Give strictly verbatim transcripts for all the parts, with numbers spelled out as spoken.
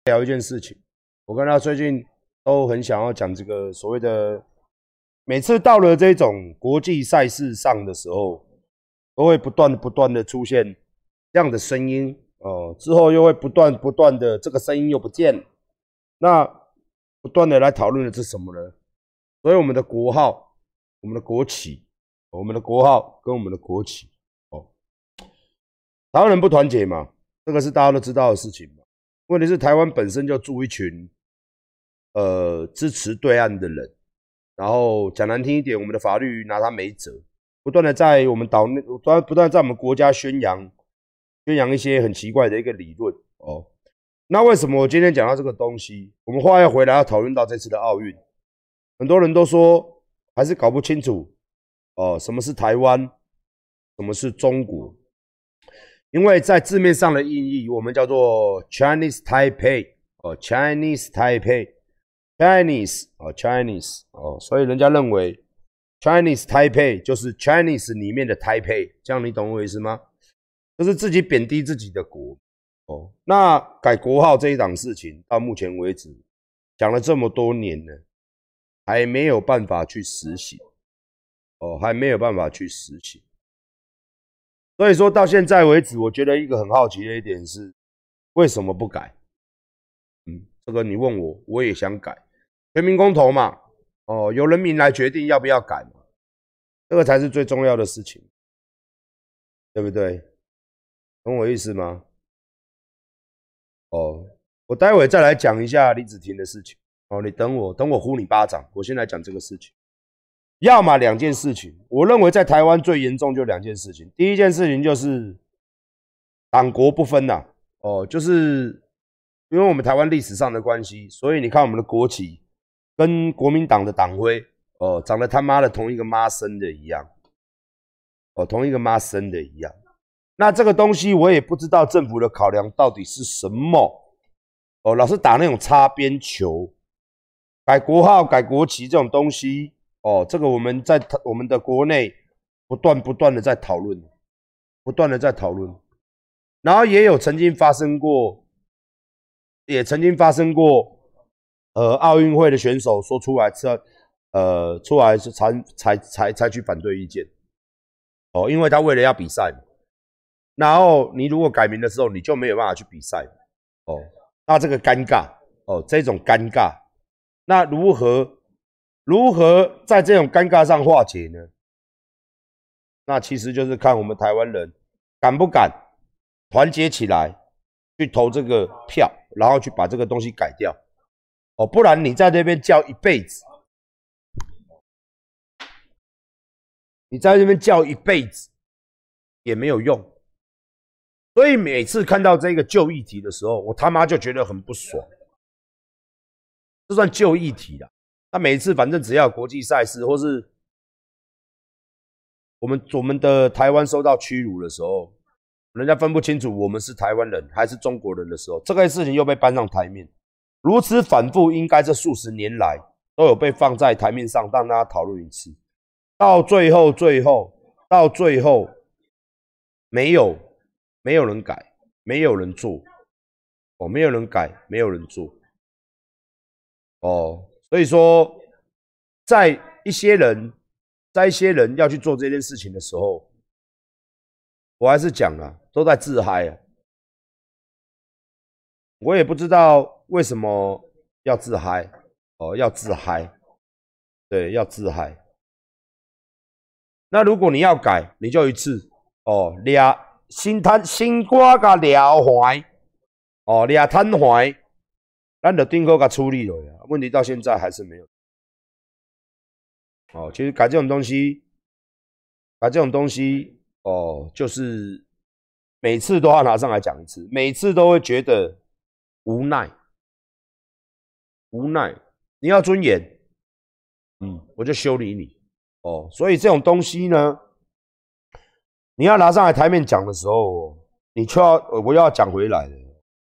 聊一件事情，我跟他最近都很想要讲这个所谓的，每次到了这种国际赛事上的时候，都会不断不断的出现这样的声音哦、呃，之后又会不断不断的这个声音又不见了，那不断的来讨论的是什么呢？所以我们的国号、我们的国旗、我们的国号跟我们的国旗哦，台湾人不团结嘛，这个是大家都知道的事情嘛。问题是台湾本身就住一群呃支持对岸的人，然后讲难听一点，我们的法律拿他没辙，不断的在我们岛内不断不断在我们国家宣扬宣扬一些很奇怪的一个理论哦。那为什么我今天讲到这个东西？我们话要回来要讨论到这次的奥运，很多人都说还是搞不清楚哦，什么是台湾，什么是中国。因为在字面上的意义，我们叫做 Chinese Taipei 哦 ，Chinese Taipei，Chinese 哦 ，Chinese 哦，所以人家认为 Chinese Taipei 就是 Chinese 里面的 Taipei， 这样你懂我意思吗？就是自己贬低自己的国哦。那改国号这一档事情，到目前为止讲了这么多年了，还没有办法去实行哦，还没有办法去实行。所以说到现在为止，我觉得一个很好奇的一点是，为什么不改？嗯，这个你问我，我也想改。全民公投嘛，哦，由人民来决定要不要改嘛，这个才是最重要的事情，对不对？懂我意思吗？哦，我待会再来讲一下李子婷的事情。哦，你等我，等我呼你巴掌，我先来讲这个事情。要么两件事情，我认为在台湾最严重就两件事情。第一件事情就是党国不分呐、啊，哦，就是因为我们台湾历史上的关系，所以你看我们的国旗跟国民党的党徽，哦，长得他妈的同一个妈生的一样，哦，同一个妈生的一样。那这个东西我也不知道政府的考量到底是什么，哦，老是打那种擦边球，改国号、改国旗这种东西。哦，这个我们在我们的国内不断不断的在讨论，不断的在讨论，然后也有曾经发生过，也曾经发生过，呃，奥运会的选手说出来，呃，出来是采采采采取反对意见，哦，因为他为了要比赛，然后你如果改名的时候，你就没有办法去比赛，哦，那这个尴尬，哦，这种尴尬，那如何？如何在这种尴尬上化解呢？那其实就是看我们台湾人敢不敢团结起来去投这个票，然后去把这个东西改掉。哦，不然你在那边叫一辈子，你在那边叫一辈子也没有用。所以每次看到这个旧议题的时候，我他妈就觉得很不爽。这算旧议题啦。那每一次反正只要有国际赛事，或是我们我们的台湾受到屈辱的时候，人家分不清楚我们是台湾人还是中国人的时候，这个事情又被搬上台面，如此反复，应该这数十年来都有被放在台面上，让大家讨论一次。到最后，最后，到最后，没有没有人改，没有人做，哦，没有人改，没有人做，哦。所以说，在一些人，在一些人要去做这件事情的时候，我还是讲啊，都在自嗨啊。我也不知道为什么要自嗨，哦，要自嗨，对，要自嗨。那如果你要改，你就一次，哦，俩心摊心瓜甲俩怀，哦，俩摊怀，咱就顶好甲处理了呀。问题到现在还是没有。哦，其实改这种东西，改这种东西，哦，就是每次都要拿上来讲一次，每次都会觉得无奈，无奈。你要尊严，嗯，我就修理你。哦，所以这种东西呢，你要拿上来台面讲的时候，你就要我又要讲回来了。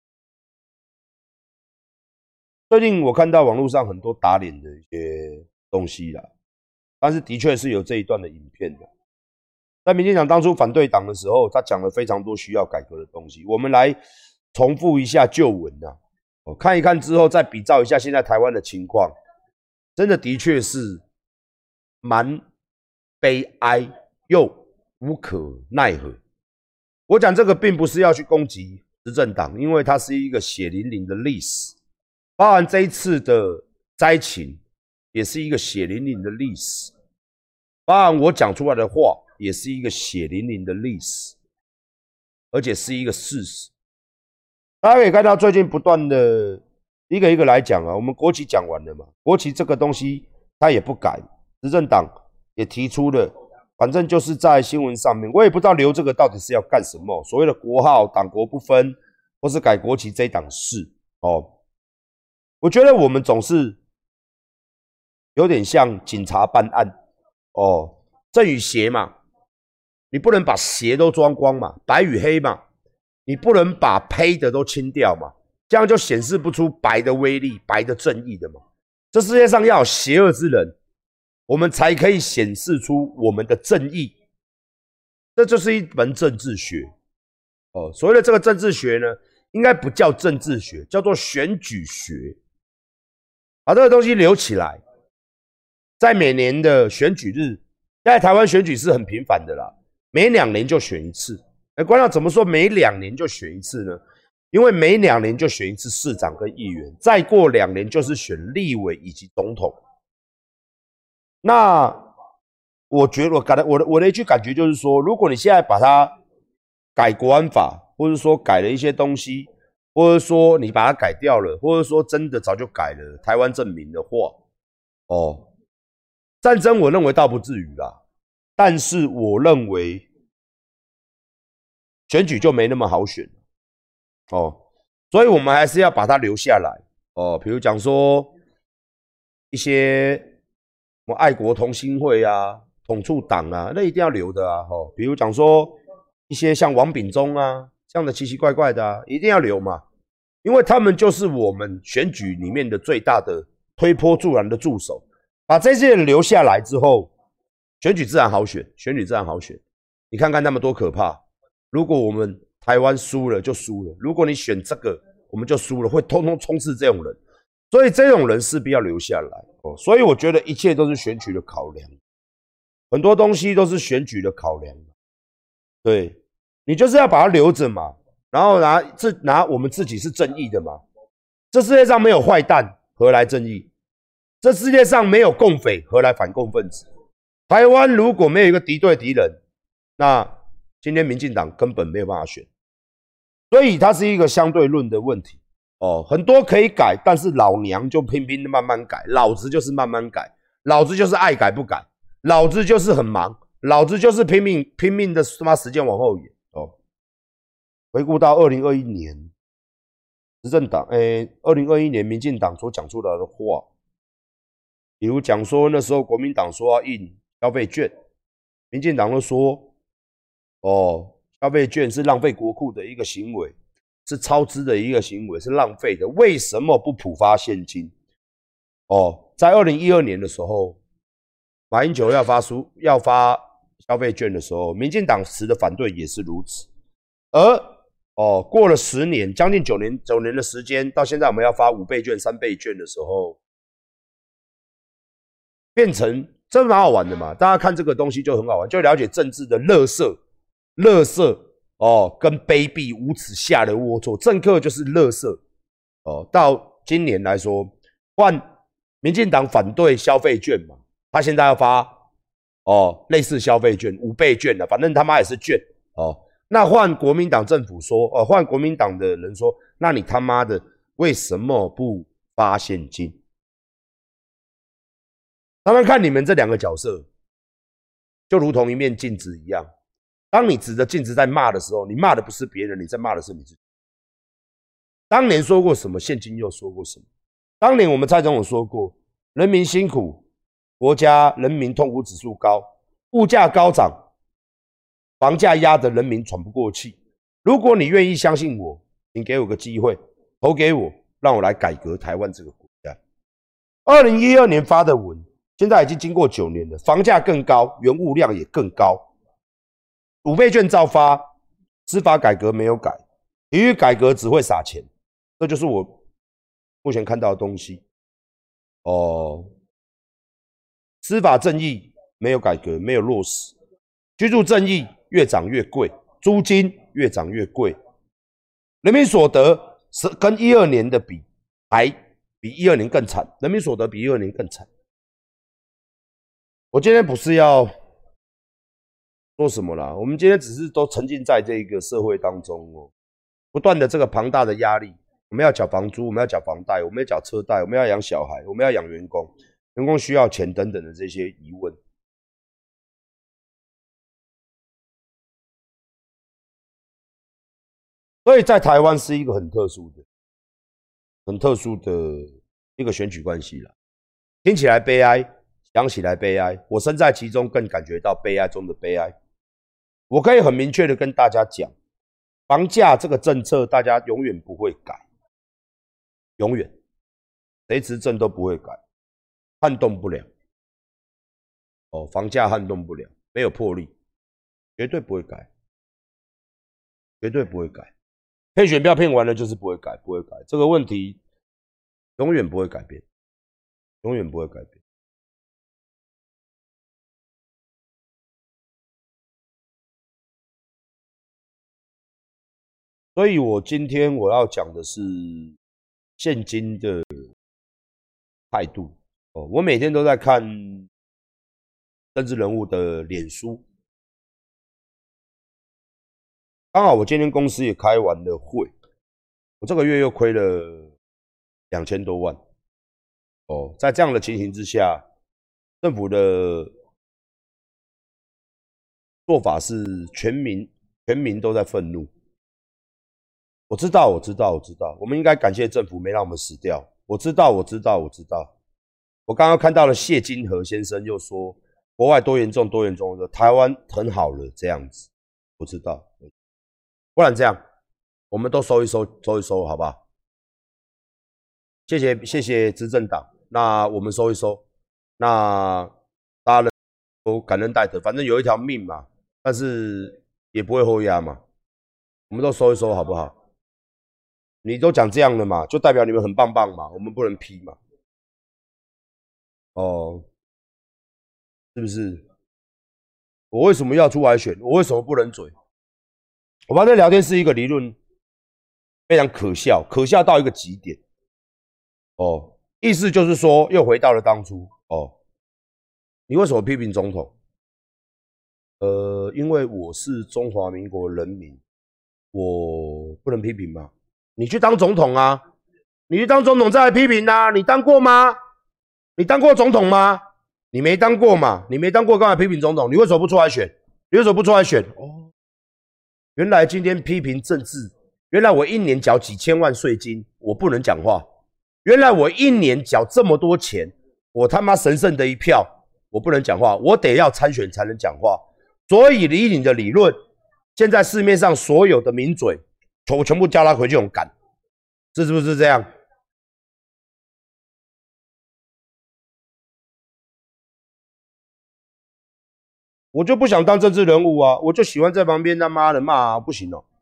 最近我看到网络上很多打脸的一些东西啦。但是的确是有这一段的影片的，在民进党当初反对党的时候，他讲了非常多需要改革的东西。我们来重复一下旧文啊， 哦，看一看之后再比照一下现在台湾的情况，真的的确是蛮悲哀又无可奈何。我讲这个并不是要去攻击执政党，因为它是一个血淋淋的历史，包含这一次的灾情也是一个血淋淋的历史，包含我讲出来的话也是一个血淋淋的历史，而且是一个事实。大家可以看到，最近不断的一个一个来讲啊，我们国旗讲完了嘛，国旗这个东西它也不改，执政党也提出了，反正就是在新闻上面，我也不知道留这个到底是要干什么，所谓的国号党国不分，或是改国旗这一档事哦。我觉得我们总是有点像警察办案哦，正与邪嘛，你不能把邪都装光嘛，白与黑嘛。你不能把黑的都清掉嘛，这样就显示不出白的威力、白的正义的嘛。这世界上要有邪恶之人，我们才可以显示出我们的正义。这就是一门政治学哦。所谓的这个政治学呢，应该不叫政治学，叫做选举学。把这个东西留起来，在每年的选举日，现在台湾选举是很频繁的啦，每两年就选一次。哎，观众怎么说每两年就选一次呢？因为每两年就选一次市长跟议员，再过两年就是选立委以及总统。那我觉得我感我的我的一句感觉就是说，如果你现在把它改国安法，或者说改了一些东西，或者说你把它改掉了，或者说真的早就改了台湾证明的话，哦，战争我认为倒不至于啦，但是我认为。选举就没那么好选哦，所以我们还是要把它留下来哦。比如讲说一些什么爱国同心会啊、统促党啊，那一定要留的啊。哦，比如讲说一些像王炳忠啊这样的奇奇怪怪的啊，一定要留嘛，因为他们就是我们选举里面的最大的推波助澜的助手。把这些人留下来之后，选举自然好选，选举自然好选。你看看他们多可怕！如果我们台湾输了就输了，如果你选这个我们就输了，会通通充斥这种人，所以这种人势必要留下来哦。所以我觉得一切都是选举的考量，很多东西都是选举的考量。对，你就是要把它留着嘛，然后拿自拿我们自己是正义的嘛。这世界上没有坏蛋，何来正义？这世界上没有共匪，何来反共分子？台湾如果没有一个敌对敌人，那今天民进党根本没有办法选，所以它是一个相对论的问题哦。很多可以改，但是老娘就拼拼的慢慢改，老子就是慢慢改，老子就是爱改不改，老子就是很忙，老子就是拼命拼命的他妈时间往后延哦。回顾到二零二一年，执政党诶，二零二一年民进党所讲出来的话，比如讲说那时候国民党说要印消费券，民进党都说。哦，消费券是浪费国库的一个行为，是超支的一个行为，是浪费的。为什么不普发现金？哦，在二零一二年的时候，马英九要发出要发消费券的时候，民进党持的反对也是如此。而哦，过了十年，将近九年九年的时间，到现在我们要发五倍券、三倍券的时候，变成真蛮好玩的嘛。大家看这个东西就很好玩，就了解政治的垃圾。垃圾哦，跟卑鄙无耻下的龌龊，政客就是垃圾哦。到今年来说，换民进党反对消费券嘛，他现在要发哦类似消费券五倍券的，反正他妈也是券哦。那换国民党政府说，哦，换国民党的人说，那你他妈的为什么不发现金？他们看你们这两个角色，就如同一面镜子一样。当你指着镜子在骂的时候，你骂的不是别人，你在骂的是你自己。当年说过什么，现今又说过什么？当年我们蔡总统说过，人民辛苦，国家人民痛苦指数高，物价高涨，房价压得人民喘不过气。如果你愿意相信我，请给我个机会，投给我，让我来改革台湾这个国家。二零一二年发的文，现在已经经过九年了，房价更高，原物料也更高。五倍券照发，司法改革没有改，体育改革只会撒钱，这就是我目前看到的东西，哦，司法正义没有改革，没有落实，居住正义越涨越贵，租金越涨越贵，人民所得是跟一二年的比，还比一二年更惨，人民所得比一二年更惨。我今天不是要说什么啦，我们今天只是都沉浸在这个社会当中哦，不断的这个庞大的压力，我们要缴房租，我们要缴房贷，我们要缴车贷，我们要养小孩，我们要养员工，员工需要钱等等的这些疑问。所以在台湾是一个很特殊的、很特殊的一个选举关系啦，听起来悲哀，想起来悲哀，我身在其中，更感觉到悲哀中的悲哀。我可以很明确的跟大家讲，房价这个政策大家永远不会改，永远，谁执政都不会改，撼动不了。哦，房价撼动不了，没有魄力，绝对不会改，绝对不会改。骗选票骗完了就是不会改，不会改，这个问题永远不会改变，永远不会改变。所以我今天我要讲的是现今的态度哦。我每天都在看政治人物的脸书，刚好我今天公司也开完了会，我这个月又亏了两千多万哦。在这样的情形之下，政府的做法是全民全民都在愤怒。我知道，我知道，我知道，我们应该感谢政府没让我们死掉。我知道，我知道，我知道。我刚刚看到了谢金河先生又说，国外多严重，多严重的，台湾很好了，这样子。我知道，不然这样，我们都收一收，收一收，好不好？谢谢，谢谢执政党。那我们收一收，那大家都感恩戴德，反正有一条命嘛，但是也不会后压嘛，我们都收一收，好不好？你都讲这样了嘛，就代表你们很棒棒嘛，我们不能批嘛。哦，是不是？我为什么要出来选？我为什么不能嘴？我发现聊天是一个理论，非常可笑，可笑到一个极点。哦，意思就是说，又回到了当初。哦，你为什么批评总统？呃，因为我是中华民国人民，我不能批评吗？你去当总统啊！你去当总统再来批评啊！你当过吗？你当过总统吗？你没当过嘛？你没当过，干嘛批评总统？你为什么不出来选？你为什么不出来选？哦，原来今天批评政治，原来我一年缴几千万税金，我不能讲话。原来我一年缴这么多钱，我他妈神圣的一票，我不能讲话，我得要参选才能讲话。所以以你的理论，现在市面上所有的名嘴，我全部叫他回去勇敢，这是不是这样？我就不想当政治人物啊，我就喜欢在旁边他妈的骂啊，不行哦。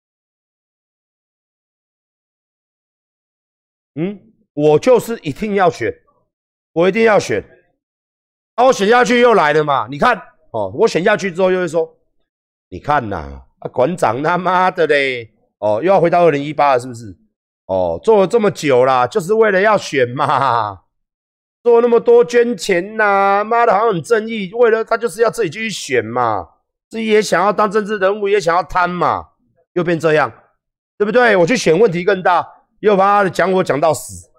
嗯，我就是一定要选，我一定要选。啊，我选下去又来了嘛？你看哦，我选下去之后又会说，你看呐，啊，馆长他妈的嘞，哦，又要回到二零一八了，是不是？哦，做了这么久啦，就是为了要选嘛。做那么多捐钱呐、啊，妈的，好像很正义。为了他就是要自己继续选嘛，自己也想要当政治人物，也想要贪嘛，又变这样，对不对？我去选问题更大，又把他讲我讲到死。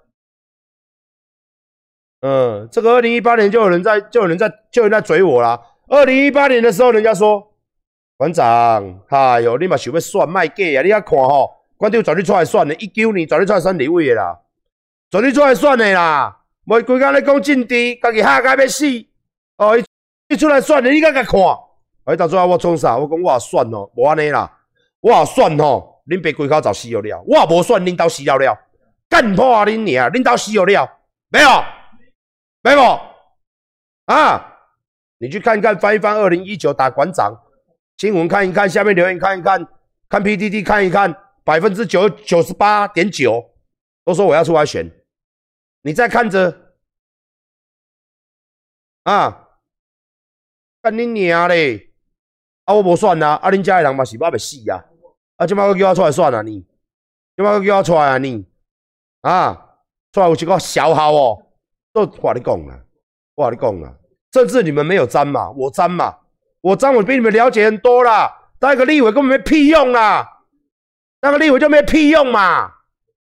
嗯，这个二零一八年就有人在，就有人在，就有人在嘴我啦。二零一八年的时候，人家说馆长，哎呦，你嘛想要选卖假啊？你遐看吼，馆长绝对出来选的，一九年绝对出来选立委的啦，绝对出来选的啦。无规工咧讲政治，家己吓甲要死。哦，伊伊出来选的，你甲甲看。哎，当初我创啥？我讲我也选哦，无安尼啦，我也选吼，恁爸规口早死了了，我也无选恁兜死了了，干破啊恁娘，恁兜死了了，没有，没有啊！你去看看，翻一翻二零一九打馆长新闻看一看，下面留言看一看，看 P T T 看一看，百分之九九十八点九都说我要出来选，你再看着啊，干你娘嘞！啊，我无选啊，啊，恁家的人嘛是我袂死啊，啊，即摆又叫我出来选啊你，即摆又叫我出来啊你，啊，出来有一个小号哦，都我跟你讲啦，我跟你讲啦，政治你们没有沾嘛，我沾嘛，我沾我比你们了解很多啦，当一个立委根本没屁用啦，那个立委就没屁用嘛。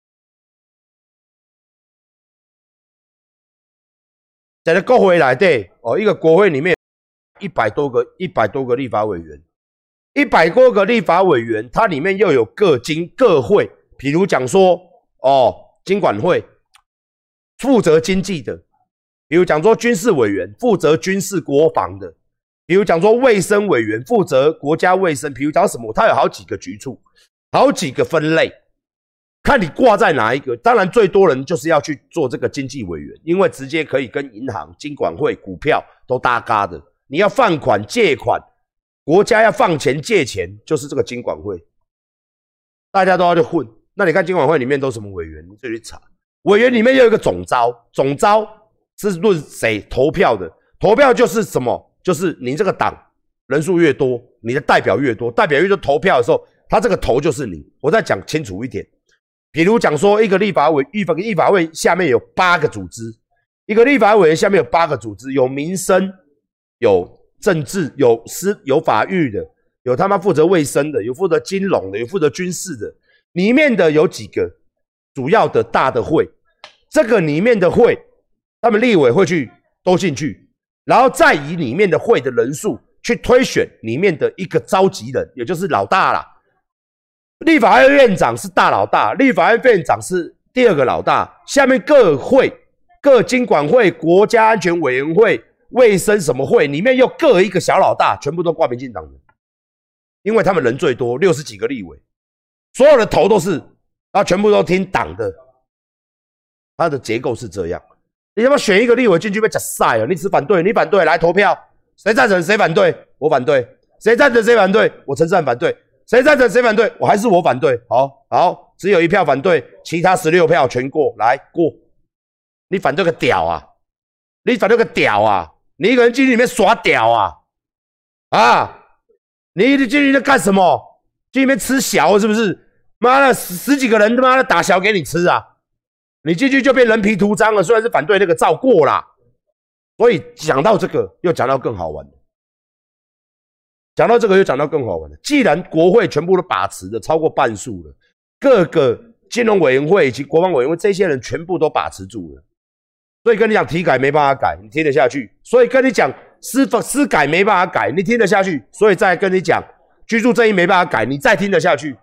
在个国会内底，哦，一个国会里面一百多个、一百多个立法委员，一百多个立法委员，它里面又有各经各会，比如讲说，哦，经管会负责经济的，比如讲说军事委员负责军事国防的，比如讲说卫生委员负责国家卫生，比如讲什么，它有好几个局处，好几个分类。看你挂在哪一个，当然最多人就是要去做这个经济委员，因为直接可以跟银行、金管会、股票都搭嘎的。你要放款、借款，国家要放钱、借钱，就是这个金管会，大家都要去混。那你看金管会里面都什么委员？你自己去查。委员里面又有一个总召，总召是论谁投票的，投票就是什么？就是你这个党人数越多，你的代表越多，代表越多投票的时候，他这个头就是你。我再讲清楚一点。比如讲说，一个立法委、立法立法会下面有八个组织，一个立法委员下面有八个组织，有民生、有政治、有司、有法律的，有他妈负责卫生的，有负责金融的，有负责军事的。里面的有几个主要的大的会，这个里面的会，他们立委会去都进去，然后再以里面的会的人数去推选里面的一个召集人，也就是老大啦。立法院院长是大老大，立法院院长是第二个老大，下面各会、各经管会、国家安全委员会、卫生什么会，里面又各一个小老大，全部都挂民进党的，因为他们人最多，六十几个立委，所有的头都是，啊，全部都听党的，它的结构是这样。你他妈选一个立委进去被夹晒了，你只反对，你反对来投票，谁赞成谁反对，我反对，谁赞成谁反对，我陈善反对。谁赞成谁反对，我还是我反对。好，好，只有一票反对，其他十六票全过，来过。你反对个屌啊！你反对个屌啊！你一个人进去里面耍屌啊！啊！你进去在干什么？进里面吃小是不是？妈的，十十几个人他妈的打小给你吃啊！你进去就变人皮图章了。虽然是反对那个照过啦，所以讲到这个又讲到更好玩的。讲到这个又讲到更好玩的，既然国会全部都把持的超过半数了，各个金融委员会以及国防委员会这些人全部都把持住了，所以跟你讲体改没办法改，你听得下去；所以跟你讲司法司改没办法改，你听得下去；所以再跟你讲居住正义没办法改，你再听得下去。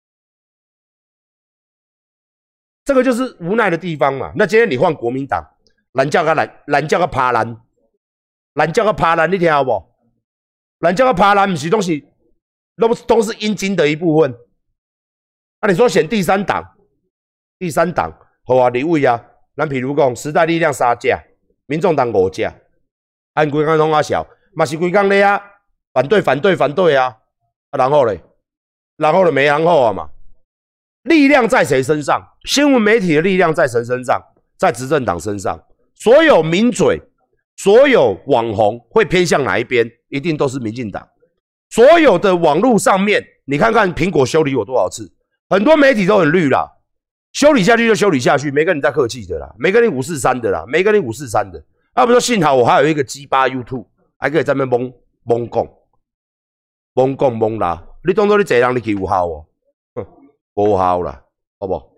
这个就是无奈的地方嘛。那今天你换国民党，蓝叫个蓝，蓝叫个爬蓝，蓝叫个爬蓝，你听好不？蓝叫个爬蓝，不是都是都都是阴茎的一部分。那、啊、你说选第三党，第三党好啊，立委啊，咱譬如讲时代力量三只，民众党五只，按规工拢啊小，嘛是规工咧啊，反对反对反对啊，啊然后嘞，然后就没然后啊嘛。力量在谁身上？新闻媒体的力量在谁身上？在执政党身上。所有名嘴。所有网红会偏向哪一边？一定都是民进党。所有的网络上面，你看看苹果修理我多少次，很多媒体都很绿啦，修理下去就修理下去，没跟你再客气的啦，没跟你五四三的啦，没跟你五四三的。要、啊、不说幸好我还有一个 G 八 YouTube， 还可以在那边蒙蒙讲，蒙讲蒙啦。你当作你这人你去有效哦？哼，无效啦，好不？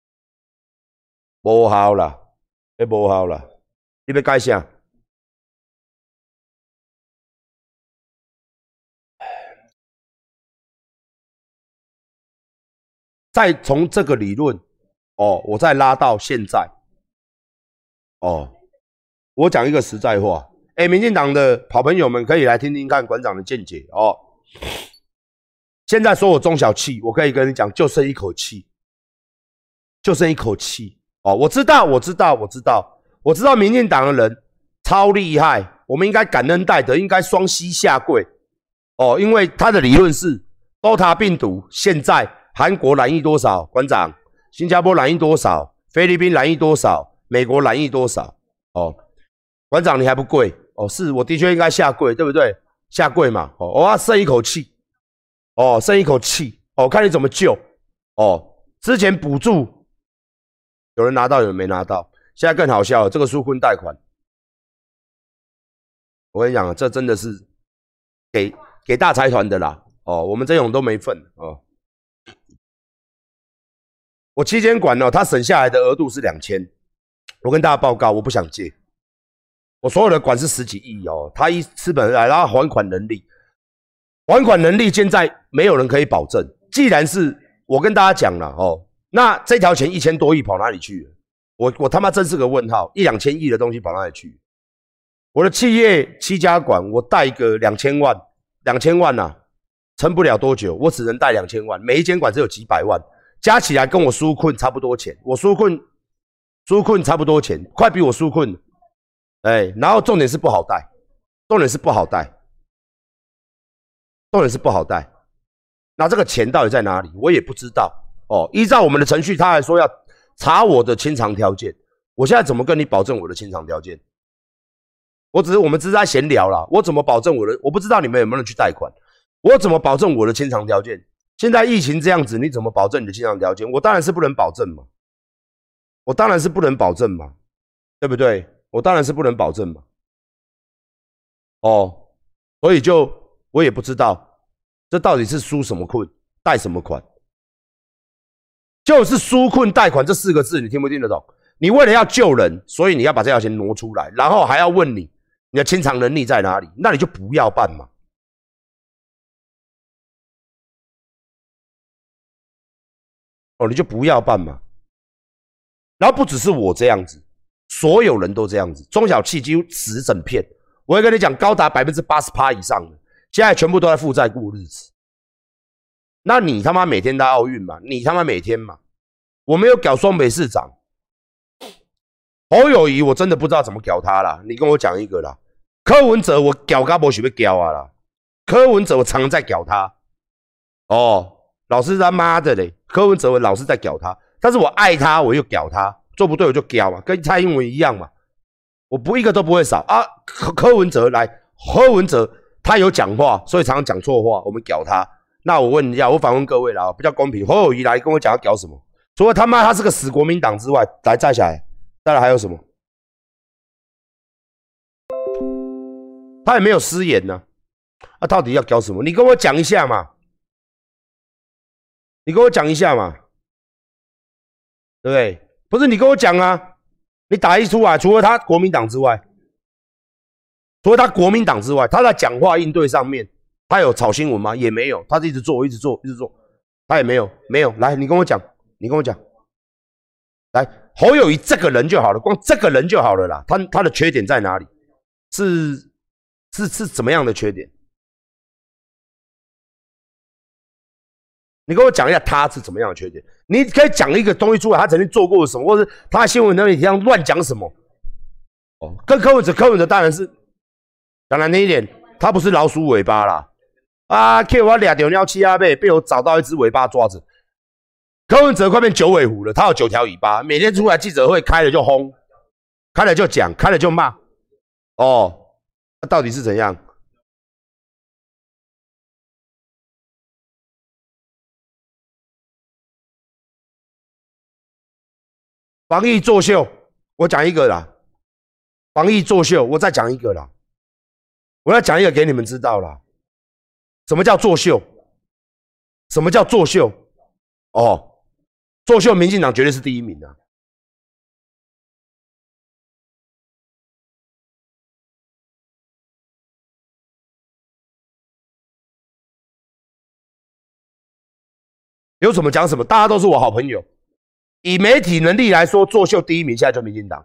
无效啦，你无效啦，你要改啥？再从这个理论，哦，我再拉到现在，哦，我讲一个实在话，哎，民进党的好朋友们可以来听听看馆长的见解哦。现在所有中小企，我可以跟你讲，就剩一口气，就剩一口气哦。我知道，我知道，我知道，我知道，民进党的人超厉害，我们应该感恩戴德，应该双膝下跪哦，因为他的理论是 Delta 病毒现在。韩国染疫多少？馆长，新加坡染疫多少？ 菲律宾染疫多少，美国染疫多少。哦，馆长你还不跪？哦，是我的确应该下跪，对不对？下跪嘛。哦，我要剩一口气。哦，剩一口气。哦，看你怎么救。哦，之前补助有人拿到，有人没拿到。现在更好笑了，这个纾困贷款，我跟你讲，这真的是给给大财团的啦。哦，我们这种都没份哦。我期间管哦，他省下来的额度是两千。我跟大家报告，我不想借。我所有的管是十几亿哦，他一资本来，然后还款能力，还款能力现在没有人可以保证。既然是我跟大家讲了哦，那这条钱一千多亿跑哪里去了？我我他妈真是个问号，一两千亿的东西跑哪里去？我的企业七家馆，我贷个两千万，两千万呐、啊，撑不了多久，我只能贷两千万，每一间馆只有几百万，加起来跟我纾困差不多钱，我纾困纾困差不多钱，快比我纾困，哎，然后重点是不好贷，重点是不好贷，重点是不好贷，那这个钱到底在哪里？我也不知道哦。依照我们的程序，他还说要查我的清偿条件，我现在怎么跟你保证我的清偿条件？我只是我们只是在闲聊啦，我怎么保证我的？我不知道你们有没有人去贷款，我怎么保证我的清偿条件？现在疫情这样子，你怎么保证你的清偿条件？我当然是不能保证嘛，我当然是不能保证嘛，对不对？我当然是不能保证嘛。哦，所以就我也不知道这到底是纾什么困，贷什么款。就是纾困贷款这四个字，你听不听得懂？你为了要救人，所以你要把这条钱挪出来，然后还要问你你的清偿能力在哪里？那你就不要办嘛。哦，你就不要办嘛。然后不只是我这样子，所有人都这样子，中小企几乎死整片。我会跟你讲，高达 百分之八十 以上的，现在全部都在负债过日子。那你他妈每天在奥运嘛？你他妈每天嘛？我没有搞双北市长侯友宜，我真的不知道怎么搞他啦。你跟我讲一个啦。柯文哲我搞他没想要搞啊啦。柯文哲我常常在搞他。哦，老是他妈的嘞！柯文哲我老是在搞他，但是我爱他，我又搞他，做不对我就搞嘛，跟蔡英文一样嘛。我不一个都不会少啊。柯柯文哲来，柯文哲他有讲话，所以常常讲错话，我们搞他。那我问一下，我反问各位啦，比较公平。侯友宜来跟我讲要搞什么？除了他妈他是个死国民党之外，来再下来，再来还有什么？他也没有失言呢、啊。啊，到底要搞什么？你跟我讲一下嘛。你跟我讲一下嘛，对不对？不是你跟我讲啊，你打一出来，除了他国民党之外，除了他国民党之外，他在讲话应对上面，他有炒新闻吗？也没有，他是一直做，一直做，一直做，他也没有，没有。来，你跟我讲，你跟我讲，来，侯友宜这个人就好了，光这个人就好了啦。他他的缺点在哪里？是是是怎么样的缺点？你跟我讲一下他是怎么样的缺点？你可以讲一个东西出来，他曾经做过什么，或者他在新闻那里这样乱讲什么？哦，跟柯文哲，柯文哲当然是讲难听一点，他不是老鼠尾巴啦，啊，给我俩丢尿气啊被被我找到一只尾巴抓着。柯文哲快变九尾狐了，他有九条尾巴，每天出来记者会开了就轰，开了就讲，开了就骂。哦，那、啊、到底是怎样？防疫作秀，我讲一个啦。防疫作秀，我再讲一个啦。我要讲一个给你们知道啦。什么叫作秀？什么叫作秀？哦，作秀，民进党绝对是第一名啊。有什么讲什么，大家都是我好朋友。以媒体能力来说，作秀第一名现在就民进党，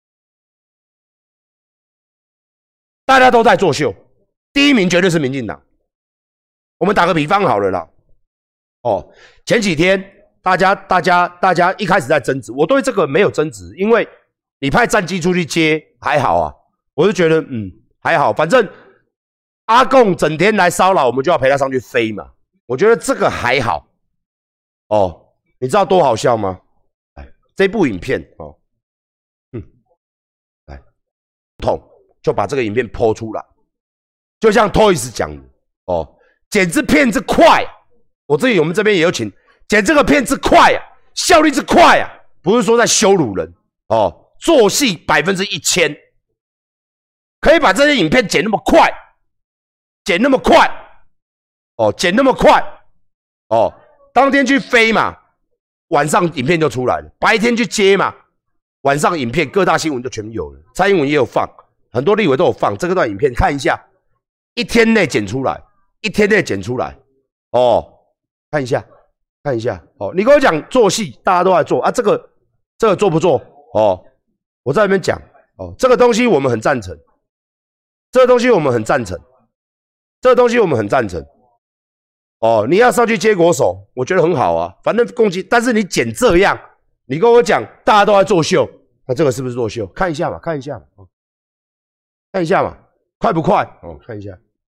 大家都在作秀，第一名绝对是民进党。我们打个比方好了啦，哦，前几天大家大家大家一开始在争执，我对这个没有争执，因为你派战机出去接还好啊，我就觉得嗯还好，反正阿共整天来骚扰，我们就要陪他上去飞嘛，我觉得这个还好。哦，你知道多好笑吗？ 这部影片哦，嗯，来，痛就把这个影片抛出来，就像 Toys 讲的哦，剪这片之快，我这里我们这边也有请剪这个片之快啊，效率之快啊，不是说在羞辱人哦，做戏百分之一千，可以把这些影片剪那么快，剪那么快，哦，剪那么快，哦，当天去飞嘛。晚上影片就出来了，白天去接嘛，晚上影片各大新闻就全有了，蔡英文也有放，很多立委都有放这个段影片，看一下，一天内剪出来，一天内剪出来，哦，看一下，看一下，哦，你跟我讲做戏，大家都在做啊，这个这个做不做？哦，我在那边讲，哦，这个东西我们很赞成，这个东西我们很赞成，这个东西我们很赞成。哦，你要上去接国手，我觉得很好啊，反正攻击，但是你剪这样，你跟我讲大家都在作秀，那这个是不是作秀？看一下嘛，看一下嘛，哦、看一下嘛，快不快？哦，看一下。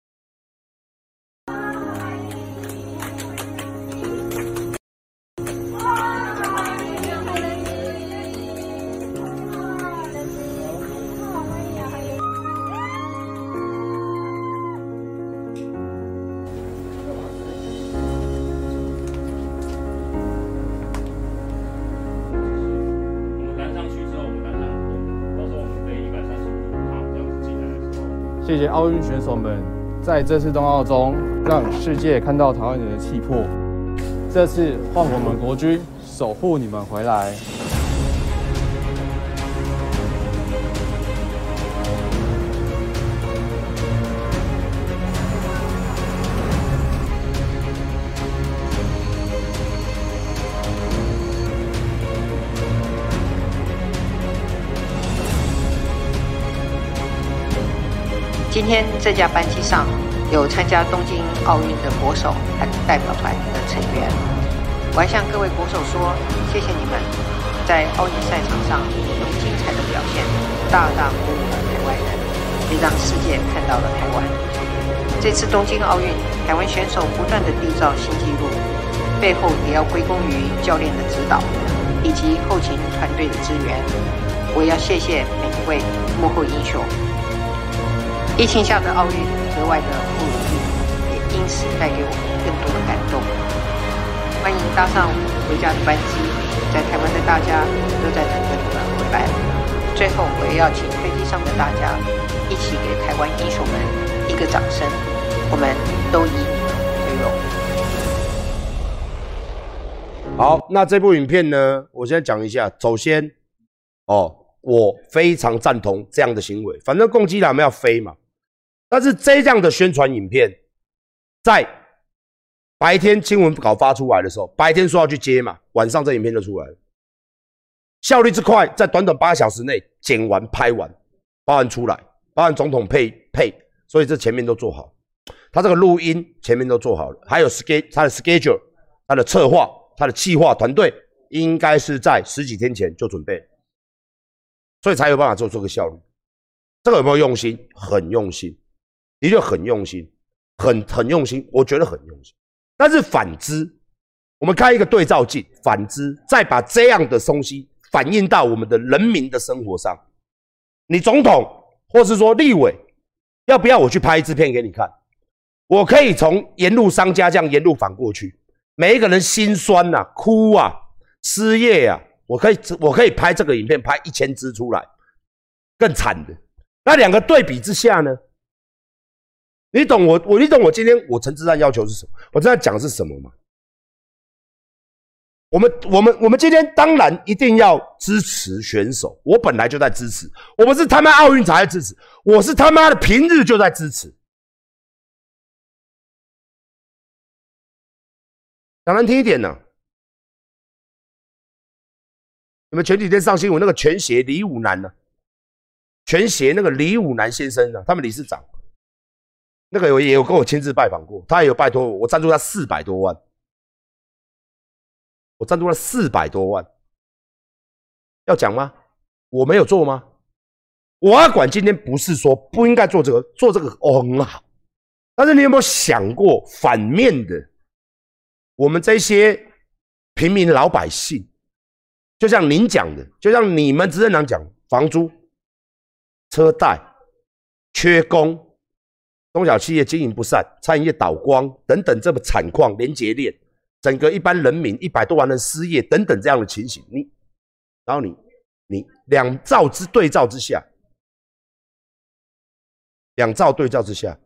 谢谢奥运选手们在这次冬奥中让世界看到台湾人的气魄。这次换我们国军守护你们回来。 今天这架班机上有参加东京奥运的国手和代表团的成员，我还向各位国手说，谢谢你们在奥运赛场上用精彩的表现，大大鼓舞了台湾人，也让世界看到了台湾。这次东京奥运，台湾选手不断的缔造新纪录，背后也要归功于教练的指导以及后勤团队的支援。我也要谢谢每一位幕后英雄。疫情下的奥运格外的不容易，也因此带给我们更多的感动。欢迎搭上回家的班机，在台湾的大家都在等着你们回来。最后，我也要请飞机上的大家一起给台湾英雄们一个掌声，我们都以你们为荣。 好，那这部影片呢，我先讲一下。首先，哦，我非常赞同这样的行为，反正共机男们要飞嘛。但是这样的宣传影片，在白天新闻稿发出来的时候，白天说要去接嘛，晚上这影片就出来了，效率之快，在短短八小时内剪完拍完，包含出来，包含总统配配，所以这前面都做好，他这个录音前面都做好了，还有 schedule 他的 schedule， 他的策划，他的企划团队应该是在十几天前就准备了，所以才有办法做这个效率。这个有没有用心？很用心。的确很用心，很很用心，我觉得很用心。但是反之，我们开一个对照镜，反之再把这样的东西反映到我们的人民的生活上。你总统或是说立委，要不要我去拍一支片给你看？我可以从沿路商家这样沿路反过去，每一个人心酸啊、哭啊、失业啊，我可以我可以拍这个影片，拍一千支出来，更惨的。那两个对比之下呢？你懂我，我你懂我今天我陈之汉要求是什么？我正在讲是什么吗？我们我们我们今天当然一定要支持选手，我本来就在支持，我不是他妈奥运才在支持，我是他妈的平日就在支持。讲难听一点呢、啊，你们前几天上新闻那个拳协李武南呢、啊，拳协那个李武南先生呢、啊，他们理事长。那个也有跟我亲自拜访过，他也有拜托我，我赞助他四百多万，我赞助了四百多万，要讲吗？我没有做吗？我要管今天不是说不应该做这个，做这个哦很好，但是你有没有想过反面的，我们这些平民老百姓， 就像您讲的，就像你们执政党讲，房租、车贷、缺工、中小企业经营不善、餐饮业倒光等等这么惨况，连结链，整个一般人民一百多万人失业等等这样的情形，你，然后你你两兆之对照之下，两兆对照之下。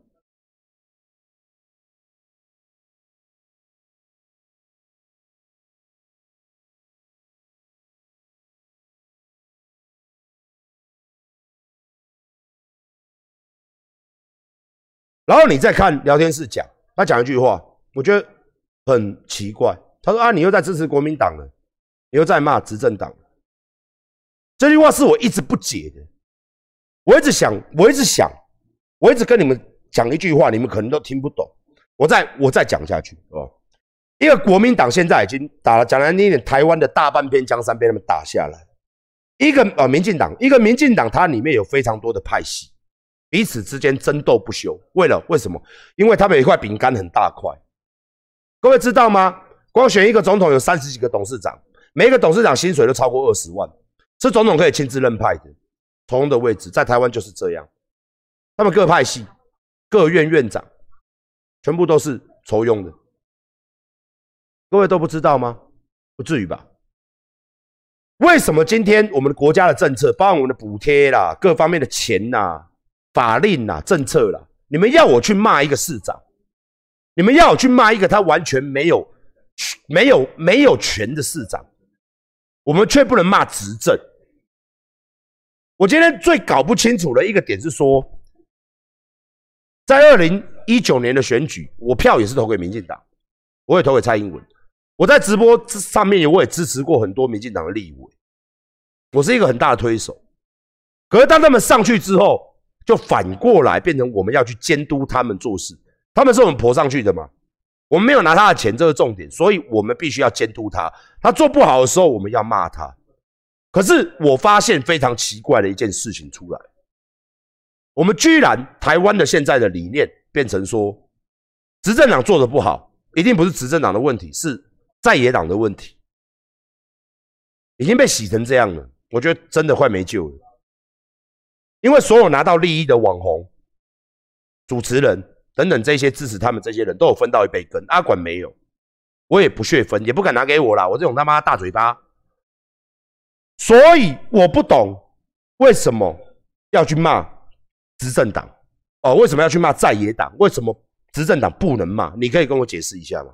然后你再看聊天室讲，他讲一句话，我觉得很奇怪。他说：“啊，你又在支持国民党了，你又在骂执政党了。”这句话是我一直不解的。我一直想，我一直想，我一直跟你们讲一句话，你们可能都听不懂。我再我再讲下去哦。一个国民党现在已经打了，讲难听一点，台湾的大半边江山被他们打下来。一个呃民进党，一个民进党，它里面有非常多的派系。彼此之间争斗不休，为了为什么？因为他们有一块饼干很大块。各位知道吗？光选一个总统有三十几个董事长，每一个董事长薪水都超过二十万，是总统可以亲自任派的，从容的位置，在台湾就是这样。他们各派系、各院院长，全部都是酬庸的。各位都不知道吗？不至于吧？为什么今天我们的国家的政策，包括我们的补贴啦、各方面的钱啦、法令啦、政策啦，你们要我去骂一个市长，你们要我去骂一个他完全没有、没有、没有权的市长，我们却不能骂执政。我今天最搞不清楚的一个点是说，在二零一九年的选举，我票也是投给民进党，我也投给蔡英文。我在直播上面我也支持过很多民进党的立委，我是一个很大的推手。可是当他们上去之后，就反过来变成我们要去监督他们做事，他们是我们婆上去的嘛？我们没有拿他的钱，这是重点，所以我们必须要监督他。他做不好的时候，我们要骂他。可是我发现非常奇怪的一件事情出来，我们居然台湾的现在的理念变成说，执政党做的不好，一定不是执政党的问题，是在野党的问题，已经被洗成这样了，我觉得真的快没救了。因为所有拿到利益的网红、主持人等等这些支持他们这些人都有分到一杯羹，阿管没有，我也不屑分，也不敢拿给我啦，我这种他妈大嘴巴。所以我不懂为什么要去骂执政党哦，为什么要去骂在野党？为什么执政党不能骂？你可以跟我解释一下吗？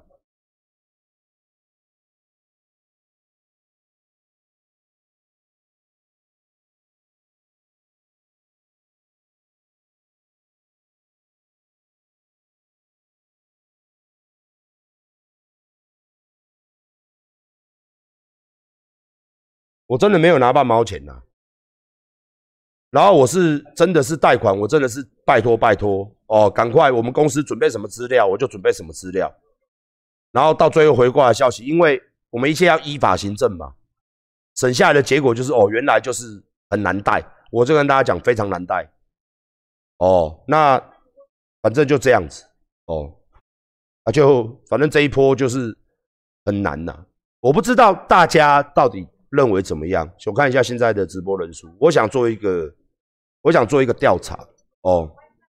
我真的没有拿半毛钱呐、啊，然后我是真的是贷款，我真的是拜托拜托哦，赶快我们公司准备什么资料，我就准备什么资料，然后到最后回过来的消息，因为我们一切要依法行政嘛，省下来的结果就是哦，原来就是很难贷，我就跟大家讲非常难贷，哦，那反正就这样子哦，啊就反正这一波就是很难呐、啊，我不知道大家到底认为怎么样？我看一下现在的直播人数，我想做一个，我想做一个调查哦。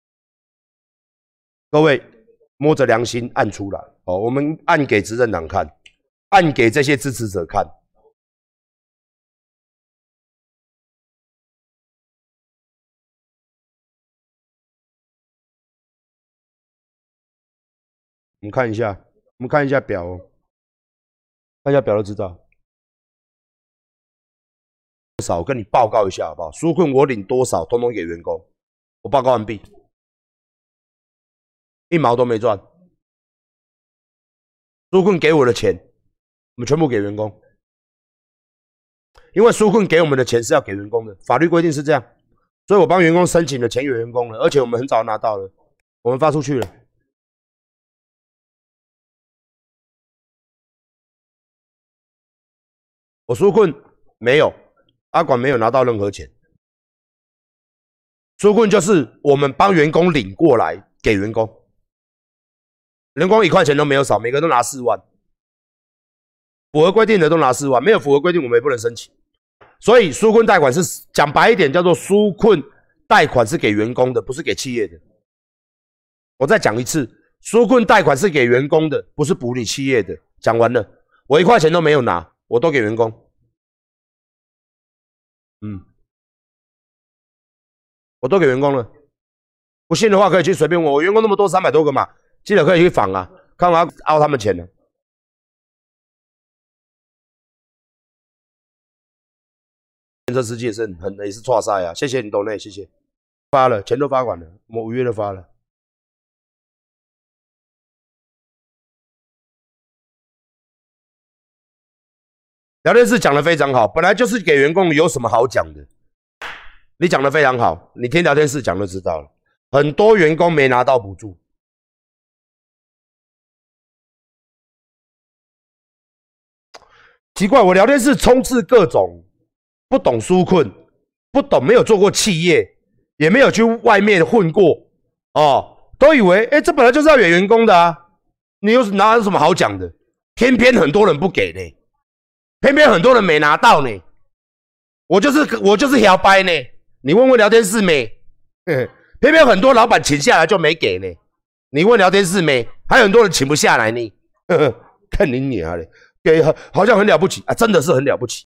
各位摸着良心按出来哦，我们按给执政党看，按给这些支持者看。我们看一下，我们看一下表哦，看一下表就知道。多少？我跟你报告一下好不好？纾困我领多少，通通给员工。我报告完毕，一毛都没赚。纾困给我的钱，我们全部给员工，因为纾困给我们的钱是要给员工的，法律规定是这样，所以我帮员工申请了钱给员工了，而且我们很早拿到了，我们发出去了。我纾困没有。阿管没有拿到任何钱，纾困就是我们帮员工领过来给员工，员工一块钱都没有少，每个都拿四万。 符合规定的都拿四万，没有符合规定我们也不能申请。所以纾困贷款是讲白一点叫做纾困贷款是给员工的，不是给企业的。我再讲一次，纾困贷款是给员工的，不是补你企业的。讲完了，我一块钱都没有拿，我都给员工。嗯，我都给员工了。不信的话可以去随便问我，员工那么多，三百多个嘛，记得可以去访啊，看我要凹他们钱呢。这司机也是很很也是挫赛啊，谢谢你抖内，谢谢，发了钱都发完了，我们五月都发了。聊天室讲的非常好，本来就是给员工有什么好讲的，你讲的非常好，你听聊天室讲就知道了。很多员工没拿到补助，奇怪，我聊天室充斥各种。不懂纾困，不懂没有做过企业，也没有去外面混过哦，都以为哎，这本来就是要给员工的啊，你有哪有什么好讲的？偏偏很多人不给呢，偏偏很多人没拿到呢。我就是我就是摇摆呢，你问问聊天室没？偏偏很多老板请下来就没给呢，你问聊天室没？还有很多人请不下来呢。看你娘嘞，给好像很了不起啊，真的是很了不起。